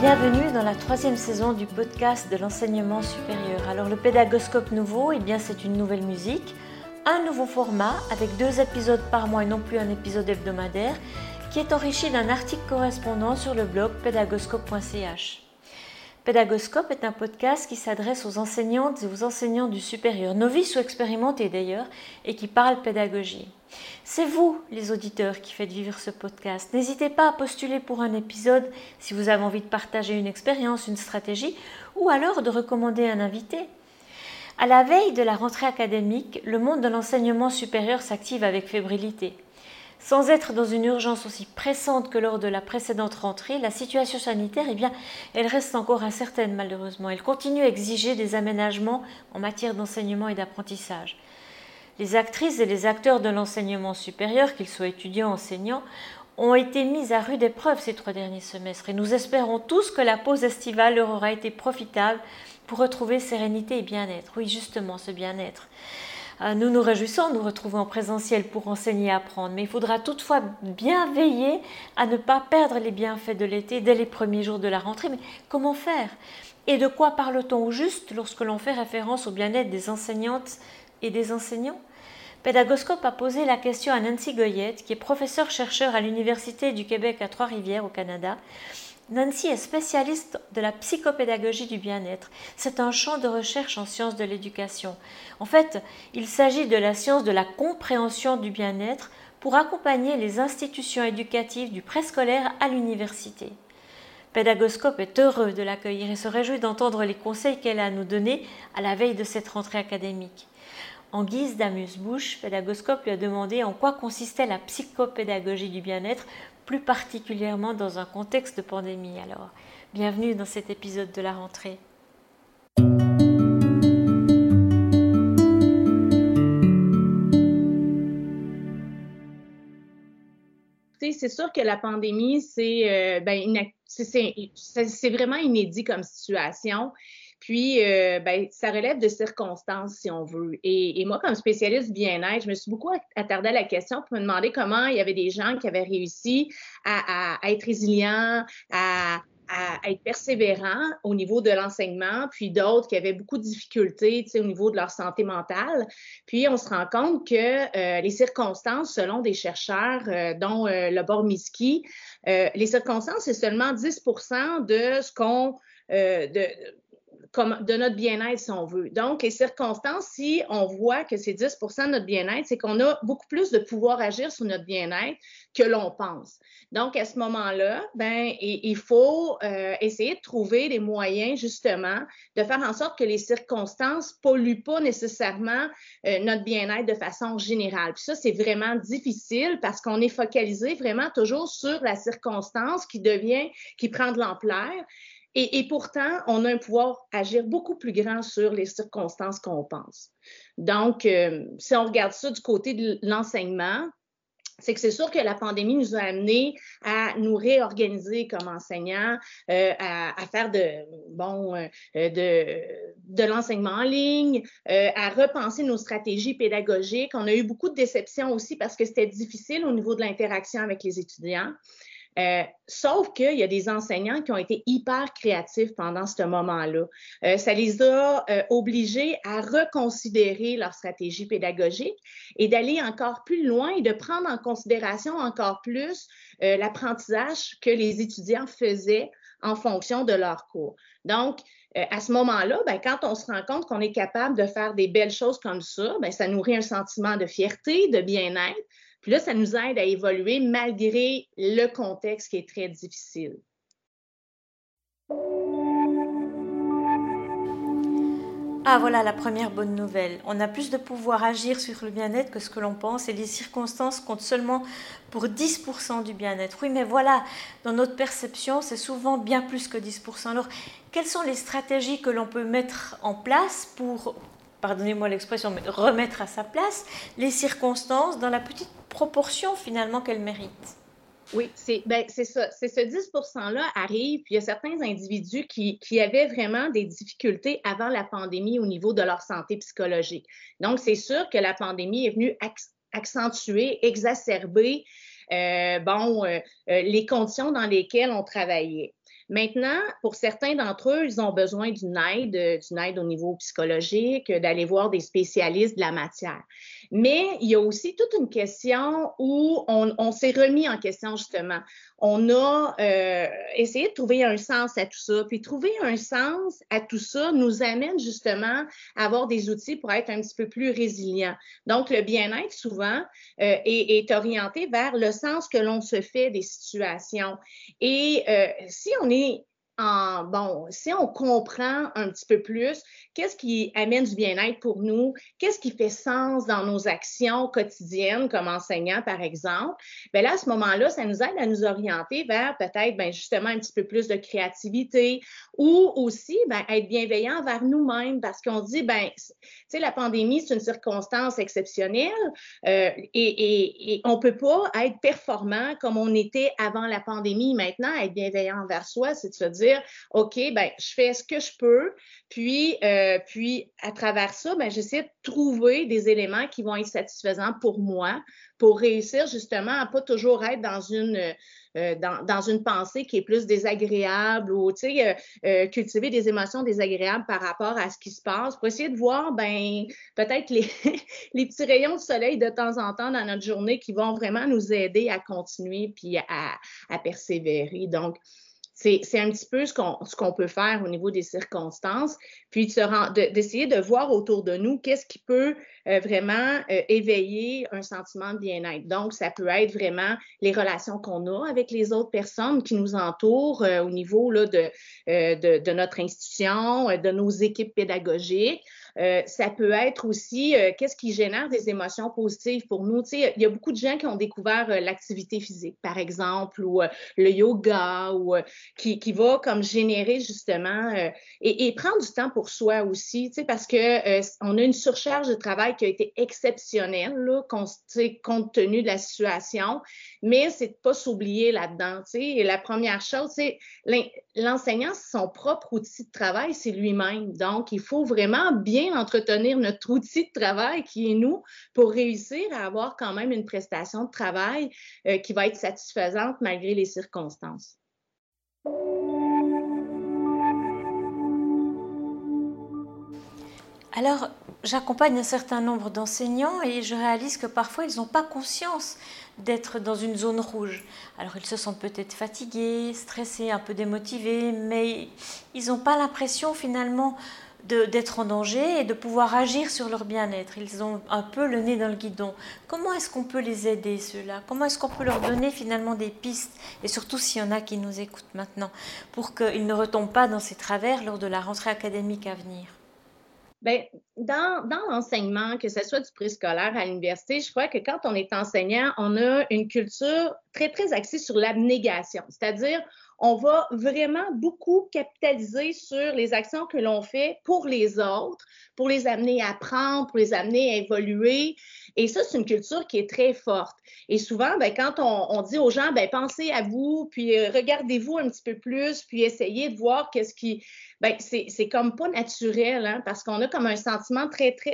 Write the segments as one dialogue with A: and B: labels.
A: Bienvenue dans la 3e saison du podcast de l'enseignement supérieur. Alors le pédagoscope nouveau, c'est une nouvelle musique, un nouveau format avec 2 épisodes par mois et non plus un épisode hebdomadaire qui est enrichi d'un article correspondant sur le blog pédagoscope.ch. Pédagoscope est un podcast qui s'adresse aux enseignantes et aux enseignants du supérieur, novices ou expérimentés d'ailleurs, et qui parlent pédagogie. C'est vous, les auditeurs, qui faites vivre ce podcast. N'hésitez pas à postuler pour un épisode si vous avez envie de partager une expérience, une stratégie, ou alors de recommander un invité. À la veille de la rentrée académique, le monde de l'enseignement supérieur s'active avec fébrilité. Sans être dans une urgence aussi pressante que lors de la précédente rentrée, la situation sanitaire, elle reste encore incertaine malheureusement. Elle continue à exiger des aménagements en matière d'enseignement et d'apprentissage. Les actrices et les acteurs de l'enseignement supérieur, qu'ils soient étudiants ou enseignants, ont été mis à rude épreuve ces 3 derniers semestres et nous espérons tous que la pause estivale leur aura été profitable pour retrouver sérénité et bien-être. Oui, justement, ce bien-être. Nous nous réjouissons de nous retrouver en présentiel pour enseigner et apprendre, mais il faudra toutefois bien veiller à ne pas perdre les bienfaits de l'été dès les premiers jours de la rentrée. Mais comment faire ? Et de quoi parle-t-on au juste lorsque l'on fait référence au bien-être des enseignantes et des enseignants ? Pédagoscope a posé la question à Nancy Goyette, qui est professeure-chercheur à l'Université du Québec à Trois-Rivières au Canada. Nancy est spécialiste de la psychopédagogie du bien-être. C'est un champ de recherche en sciences de l'éducation. En fait, il s'agit de la science de la compréhension du bien-être pour accompagner les institutions éducatives du préscolaire à l'université. Pédagoscope est heureux de l'accueillir et se réjouit d'entendre les conseils qu'elle a à nous donner à la veille de cette rentrée académique. En guise d'amuse-bouche, Pédagoscope lui a demandé en quoi consistait la psychopédagogie du bien-être, plus particulièrement dans un contexte de pandémie. Alors, bienvenue dans cet épisode de la rentrée.
B: C'est sûr que la pandémie, c'est vraiment inédit comme situation. Puis, ça relève de circonstances, si on veut. Et moi, comme spécialiste du bien-être, je me suis beaucoup attardée à la question pour me demander comment il y avait des gens qui avaient réussi à être résilients, à être persévérants au niveau de l'enseignement, puis d'autres qui avaient beaucoup de difficultés, au niveau de leur santé mentale. Puis, on se rend compte que les circonstances, selon des chercheurs, dont le Bormiski, les circonstances, c'est seulement 10% de ce qu'on... de notre bien-être, si on veut. Donc, les circonstances, si on voit que c'est 10% de notre bien-être, c'est qu'on a beaucoup plus de pouvoir agir sur notre bien-être que l'on pense. Donc, à ce moment-là, il faut essayer de trouver des moyens, justement, de faire en sorte que les circonstances ne polluent pas nécessairement notre bien-être de façon générale. Puis ça, c'est vraiment difficile parce qu'on est focalisé vraiment toujours sur la circonstance qui prend de l'ampleur. Et pourtant, on a un pouvoir agir beaucoup plus grand sur les circonstances qu'on pense. Donc, si on regarde ça du côté de l'enseignement, c'est que c'est sûr que la pandémie nous a amenés à nous réorganiser comme enseignants, à faire de l'enseignement en ligne, à repenser nos stratégies pédagogiques. On a eu beaucoup de déceptions aussi parce que c'était difficile au niveau de l'interaction avec les étudiants. Sauf qu'il y a des enseignants qui ont été hyper créatifs pendant ce moment-là. Ça les a obligés à reconsidérer leur stratégie pédagogique et d'aller encore plus loin et de prendre en considération encore plus l'apprentissage que les étudiants faisaient en fonction de leur cours. Donc, à ce moment-là, quand on se rend compte qu'on est capable de faire des belles choses comme ça, ça nourrit un sentiment de fierté, de bien-être. Puis là, ça nous aide à évoluer malgré le contexte qui est très difficile.
A: Ah, voilà la première bonne nouvelle. On a plus de pouvoir agir sur le bien-être que ce que l'on pense et les circonstances comptent seulement pour 10% du bien-être. Oui, mais voilà, dans notre perception, c'est souvent bien plus que 10%. Alors, quelles sont les stratégies que l'on peut mettre en place pour, pardonnez-moi l'expression, mais remettre à sa place les circonstances dans la petite proportion finalement qu'elles méritent?
B: Oui, c'est ça. C'est ce 10%-là arrive, puis il y a certains individus qui avaient vraiment des difficultés avant la pandémie au niveau de leur santé psychologique. Donc, c'est sûr que la pandémie est venue accentuer, exacerber les conditions dans lesquelles on travaillait. Maintenant, pour certains d'entre eux, ils ont besoin d'une aide au niveau psychologique, d'aller voir des spécialistes de la matière. Mais il y a aussi toute une question où on s'est remis en question, justement. On a essayé de trouver un sens à tout ça. Puis trouver un sens à tout ça nous amène justement à avoir des outils pour être un petit peu plus résilients. Donc, le bien-être, souvent, est orienté vers le sens que l'on se fait des situations. Et si on comprend un petit peu plus qu'est-ce qui amène du bien-être pour nous, qu'est-ce qui fait sens dans nos actions quotidiennes comme enseignants, par exemple, bien là, à ce moment-là, ça nous aide à nous orienter vers peut-être, bien, justement, un petit peu plus de créativité ou aussi, bien, être bienveillant envers nous-mêmes parce qu'on dit, bien, tu sais, la pandémie, c'est une circonstance exceptionnelle et on ne peut pas être performant comme on était avant la pandémie. Maintenant, être bienveillant envers soi, c'est de se dire, OK, ben je fais ce que je peux, puis à travers ça, ben j'essaie de trouver des éléments qui vont être satisfaisants pour moi, pour réussir justement à pas toujours être dans une pensée qui est plus désagréable ou, tu sais, cultiver des émotions désagréables par rapport à ce qui se passe, pour essayer de voir, ben peut-être les petits rayons de soleil de temps en temps dans notre journée qui vont vraiment nous aider à continuer puis à persévérer. Donc, c'est un petit peu ce qu'on peut faire au niveau des circonstances, puis d'essayer de voir autour de nous qu'est-ce qui peut vraiment éveiller un sentiment de bien-être. Donc, ça peut être vraiment les relations qu'on a avec les autres personnes qui nous entourent au niveau là, de notre institution, de nos équipes pédagogiques. Ça peut être aussi qu'est-ce qui génère des émotions positives pour nous. Tu sais, il y a beaucoup de gens qui ont découvert l'activité physique, par exemple, ou le yoga, ou qui va comme générer justement et prendre du temps pour soi aussi, tu sais, parce que on a une surcharge de travail qui a été exceptionnelle, là, compte tenu de la situation, mais c'est de pas s'oublier là-dedans, tu sais. Et la première chose, c'est l'enseignant, son propre outil de travail, c'est lui-même. Donc, il faut vraiment bien entretenir notre outil de travail qui est nous pour réussir à avoir quand même une prestation de travail qui va être satisfaisante malgré les circonstances.
A: Alors, j'accompagne un certain nombre d'enseignants et je réalise que parfois ils n'ont pas conscience d'être dans une zone rouge. Alors, ils se sentent peut-être fatigués, stressés, un peu démotivés, mais ils n'ont pas l'impression finalement d'être en danger et de pouvoir agir sur leur bien-être. Ils ont un peu le nez dans le guidon. Comment est-ce qu'on peut les aider, ceux-là? Comment est-ce qu'on peut leur donner finalement des pistes? Et surtout s'il y en a qui nous écoutent maintenant, pour qu'ils ne retombent pas dans ces travers lors de la rentrée académique à venir.
B: Bien, dans l'enseignement, que ce soit du préscolaire à l'université, je crois que quand on est enseignant, on a une culture très, très axée sur l'abnégation. C'est-à-dire, on va vraiment beaucoup capitaliser sur les actions que l'on fait pour les autres, pour les amener à apprendre, pour les amener à évoluer. Et ça, c'est une culture qui est très forte. Et souvent, bien, quand on dit aux gens, bien, pensez à vous, puis regardez-vous un petit peu plus, puis essayez de voir qu'est-ce qui... Bien, c'est comme pas naturel, hein, parce qu'on a comme un sentiment très, très...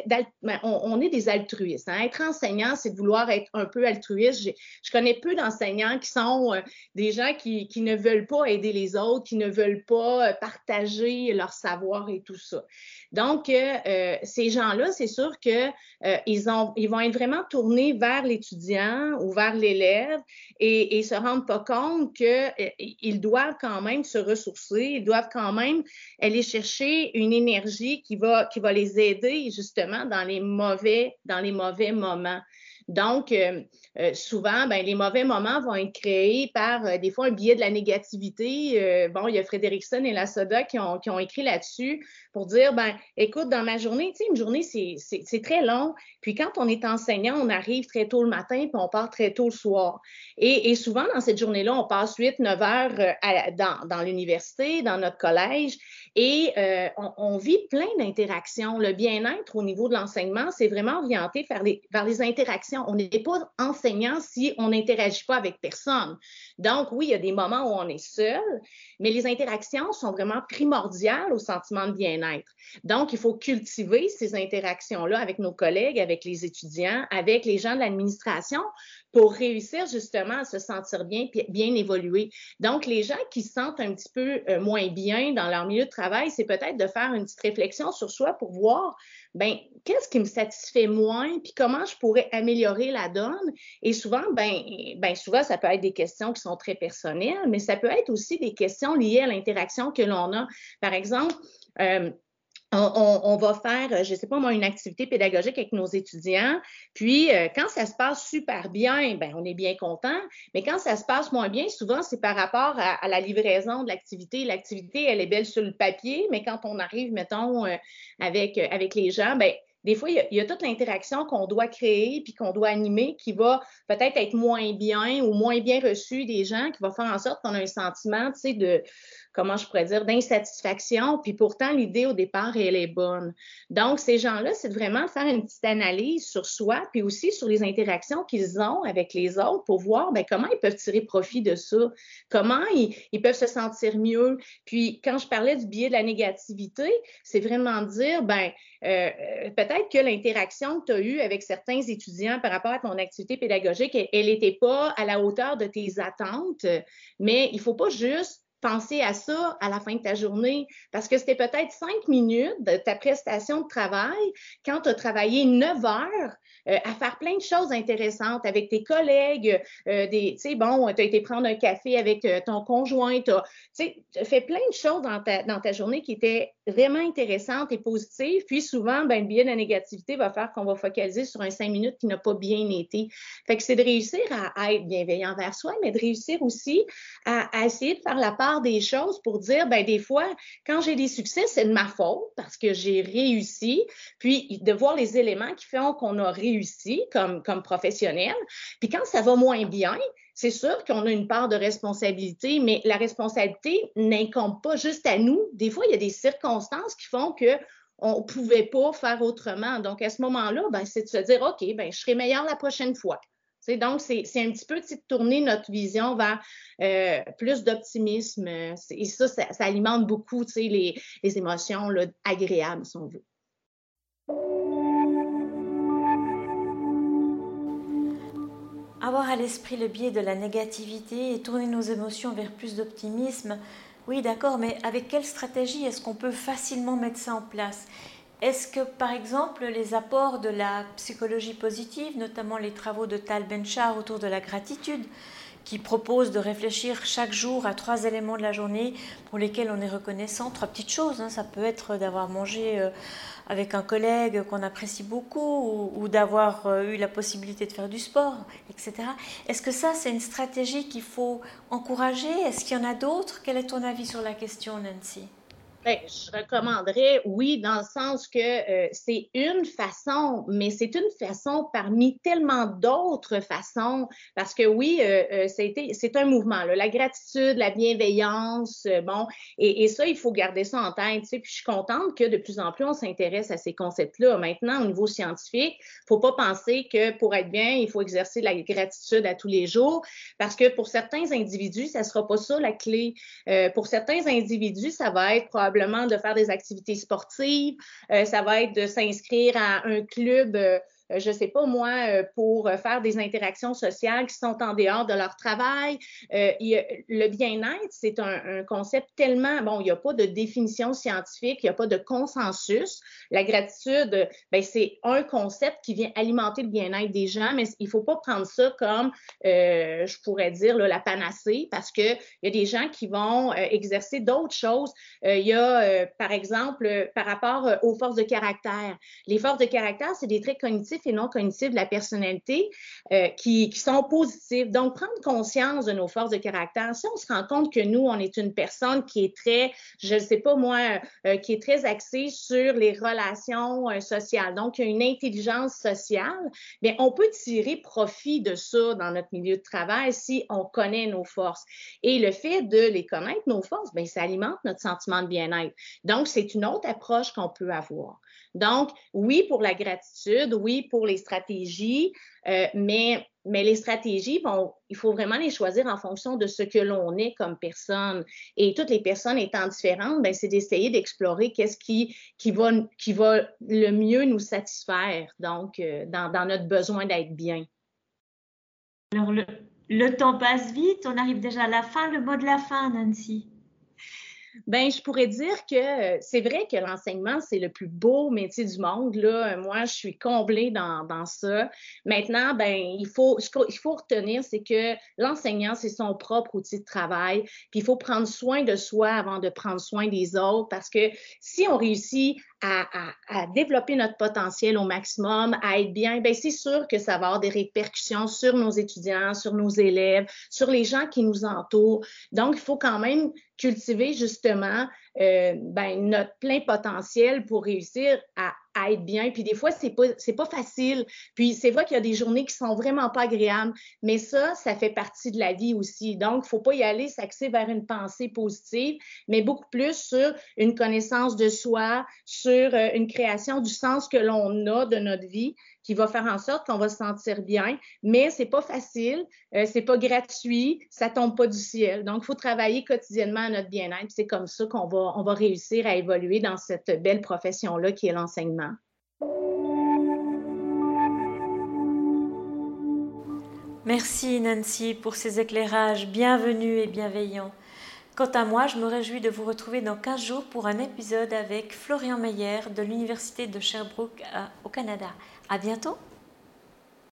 B: On est des altruistes. Hein. Être enseignant, c'est de vouloir être un peu altruiste. Je connais peu d'enseignants qui sont des gens qui ne veulent pas aider les autres, qui ne veulent pas partager leur savoir et tout ça. Donc, ces gens-là, c'est sûr que ils vont être vraiment tournés vers l'étudiant ou vers l'élève et se rendent pas compte qu'ils doivent quand même se ressourcer, ils doivent quand même aller chercher une énergie qui va les aider justement dans les mauvais moments. Donc, souvent, ben, les mauvais moments vont être créés par des fois un biais de la négativité. Bon, il y a Frederickson et Lasoda qui ont écrit là-dessus pour dire, ben, écoute, dans ma journée, tu sais, une journée, c'est très long. Puis quand on est enseignant, on arrive très tôt le matin puis on part très tôt le soir. Et souvent, dans cette journée-là, on passe 8-9 heures dans l'université, dans notre collège et on vit plein d'interactions. Le bien-être au niveau de l'enseignement, c'est vraiment orienté vers les interactions. On n'est pas enseignant si on n'interagit pas avec personne. Donc, oui, il y a des moments où on est seul, mais les interactions sont vraiment primordiales au sentiment de bien-être. bien-être. Donc, il faut cultiver ces interactions-là avec nos collègues, avec les étudiants, avec les gens de l'administration pour réussir justement à se sentir bien et bien évoluer. Donc, les gens qui se sentent un petit peu moins bien dans leur milieu de travail, c'est peut-être de faire une petite réflexion sur soi pour voir, bien, qu'est-ce qui me satisfait moins, puis comment je pourrais améliorer la donne. Et souvent, souvent, ça peut être des questions qui sont très personnelles, mais ça peut être aussi des questions liées à l'interaction que l'on a. Par exemple, on va faire, je ne sais pas moi, une activité pédagogique avec nos étudiants. Puis, quand ça se passe super bien, ben, on est bien content. Mais quand ça se passe moins bien, souvent, c'est par rapport à la livraison de l'activité. L'activité, elle est belle sur le papier, mais quand on arrive, mettons, avec les gens, ben, des fois, il y a toute l'interaction qu'on doit créer puis qu'on doit animer qui va peut-être être moins bien ou moins bien reçue des gens, qui va faire en sorte qu'on a un sentiment, tu sais, de, comment je pourrais dire, d'insatisfaction. Puis pourtant, l'idée au départ, elle est bonne. Donc, ces gens-là, c'est vraiment faire une petite analyse sur soi puis aussi sur les interactions qu'ils ont avec les autres pour voir bien, comment ils peuvent tirer profit de ça, comment ils peuvent se sentir mieux. Puis, quand je parlais du biais de la négativité, c'est vraiment dire, bien, peut-être que l'interaction que tu as eue avec certains étudiants par rapport à ton activité pédagogique, elle n'était pas à la hauteur de tes attentes, mais il ne faut pas juste penser à ça à la fin de ta journée parce que c'était peut-être 5 minutes de ta prestation de travail quand tu as travaillé 9 heures à faire plein de choses intéressantes avec tes collègues, tu sais, bon, tu as été prendre un café avec ton conjoint, tu as fait plein de choses dans ta journée qui étaient vraiment intéressantes et positives. Puis souvent, ben, le biais de la négativité va faire qu'on va focaliser sur un 5 minutes qui n'a pas bien été. Fait que c'est de réussir à être bienveillant envers soi, mais de réussir aussi à essayer de faire la part des choses pour dire, ben des fois, quand j'ai des succès, c'est de ma faute parce que j'ai réussi, puis de voir les éléments qui font qu'on a réussi comme professionnel. Puis quand ça va moins bien, c'est sûr qu'on a une part de responsabilité, mais la responsabilité n'incombe pas juste à nous. Des fois, il y a des circonstances qui font que on ne pouvait pas faire autrement. Donc, à ce moment-là, ben, c'est de se dire, OK, ben, je serai meilleur la prochaine fois. Donc, c'est un petit peu de tourner notre vision vers plus d'optimisme. Et ça alimente beaucoup les émotions là, agréables, si on veut.
A: Avoir à l'esprit le biais de la négativité et tourner nos émotions vers plus d'optimisme, oui d'accord, mais avec quelle stratégie est-ce qu'on peut facilement mettre ça en place ? Est-ce que, par exemple, les apports de la psychologie positive, notamment les travaux de Tal Ben-Shahar autour de la gratitude, qui propose de réfléchir chaque jour à 3 éléments de la journée pour lesquels on est reconnaissant, 3 petites choses, hein, ça peut être d'avoir mangé avec un collègue qu'on apprécie beaucoup ou d'avoir eu la possibilité de faire du sport, etc. Est-ce que ça, c'est une stratégie qu'il faut encourager ? Est-ce qu'il y en a d'autres ? Quel est ton avis sur la question, Nancy ?
B: Bien, je recommanderais, oui, dans le sens que c'est une façon, mais c'est une façon parmi tellement d'autres façons, parce que oui, c'est un mouvement, là, la gratitude, la bienveillance, bon, et ça, il faut garder ça en tête, tu sais, puis je suis contente que de plus en plus, on s'intéresse à ces concepts-là. Maintenant, au niveau scientifique, il ne faut pas penser que pour être bien, il faut exercer de la gratitude à tous les jours, parce que pour certains individus, ça ne sera pas ça la clé. Pour certains individus, ça va être probablement de faire des activités sportives, ça va être de s'inscrire à un club, je ne sais pas moi, pour faire des interactions sociales qui sont en dehors de leur travail. Le bien-être, c'est un concept tellement, bon, il n'y a pas de définition scientifique, il n'y a pas de consensus. La gratitude, bien, c'est un concept qui vient alimenter le bien-être des gens, mais il ne faut pas prendre ça comme, je pourrais dire, là, la panacée, parce qu'il y a des gens qui vont exercer d'autres choses. Il y a, par exemple, par rapport aux forces de caractère. Les forces de caractère, c'est des traits cognitifs et non cognitifs de la personnalité qui sont positifs. Donc, prendre conscience de nos forces de caractère. Si on se rend compte que nous, on est une personne qui est très, je ne sais pas moi, qui est très axée sur les relations sociales, donc il y a une intelligence sociale, bien, on peut tirer profit de ça dans notre milieu de travail si on connaît nos forces. Et le fait de les connaître, nos forces, bien, ça alimente notre sentiment de bien-être. Donc, c'est une autre approche qu'on peut avoir. Donc, oui, pour la gratitude, oui, pour les stratégies, mais mais les stratégies, il faut vraiment les choisir en fonction de ce que l'on est comme personne. Et toutes les personnes étant différentes, ben, c'est d'essayer d'explorer qu'est-ce qui va le mieux nous satisfaire, donc, dans notre besoin d'être bien.
A: Alors, le temps passe vite, on arrive déjà à la fin, le mot de la fin, Nancy.
B: Ben, je pourrais dire que c'est vrai que l'enseignement, c'est le plus beau métier du monde. Là, moi, je suis comblée dans ça. Maintenant, ben, ce qu'il faut retenir, c'est que l'enseignant, c'est son propre outil de travail. Puis il faut prendre soin de soi avant de prendre soin des autres, parce que si on réussit à développer notre potentiel au maximum, à être bien, ben, c'est sûr que ça va avoir des répercussions sur nos étudiants, sur nos élèves, sur les gens qui nous entourent. Donc, il faut quand même cultiver justement notre plein potentiel pour réussir à être bien. Puis des fois, c'est pas facile. Puis c'est vrai qu'il y a des journées qui sont vraiment pas agréables, mais ça fait partie de la vie aussi. Donc, il faut pas y aller s'axer vers une pensée positive, mais beaucoup plus sur une connaissance de soi, sur une création du sens que l'on a de notre vie, qui va faire en sorte qu'on va se sentir bien, mais c'est pas facile, c'est pas gratuit, ça tombe pas du ciel. Donc, il faut travailler quotidiennement à notre bien-être. C'est comme ça qu'on va réussir à évoluer dans cette belle profession-là qui est l'enseignement.
A: Merci Nancy pour ces éclairages bienvenus et bienveillants. Quant à moi, je me réjouis de vous retrouver dans 15 jours pour un épisode avec Florian Meyer de l'Université de Sherbrooke au Canada. À bientôt!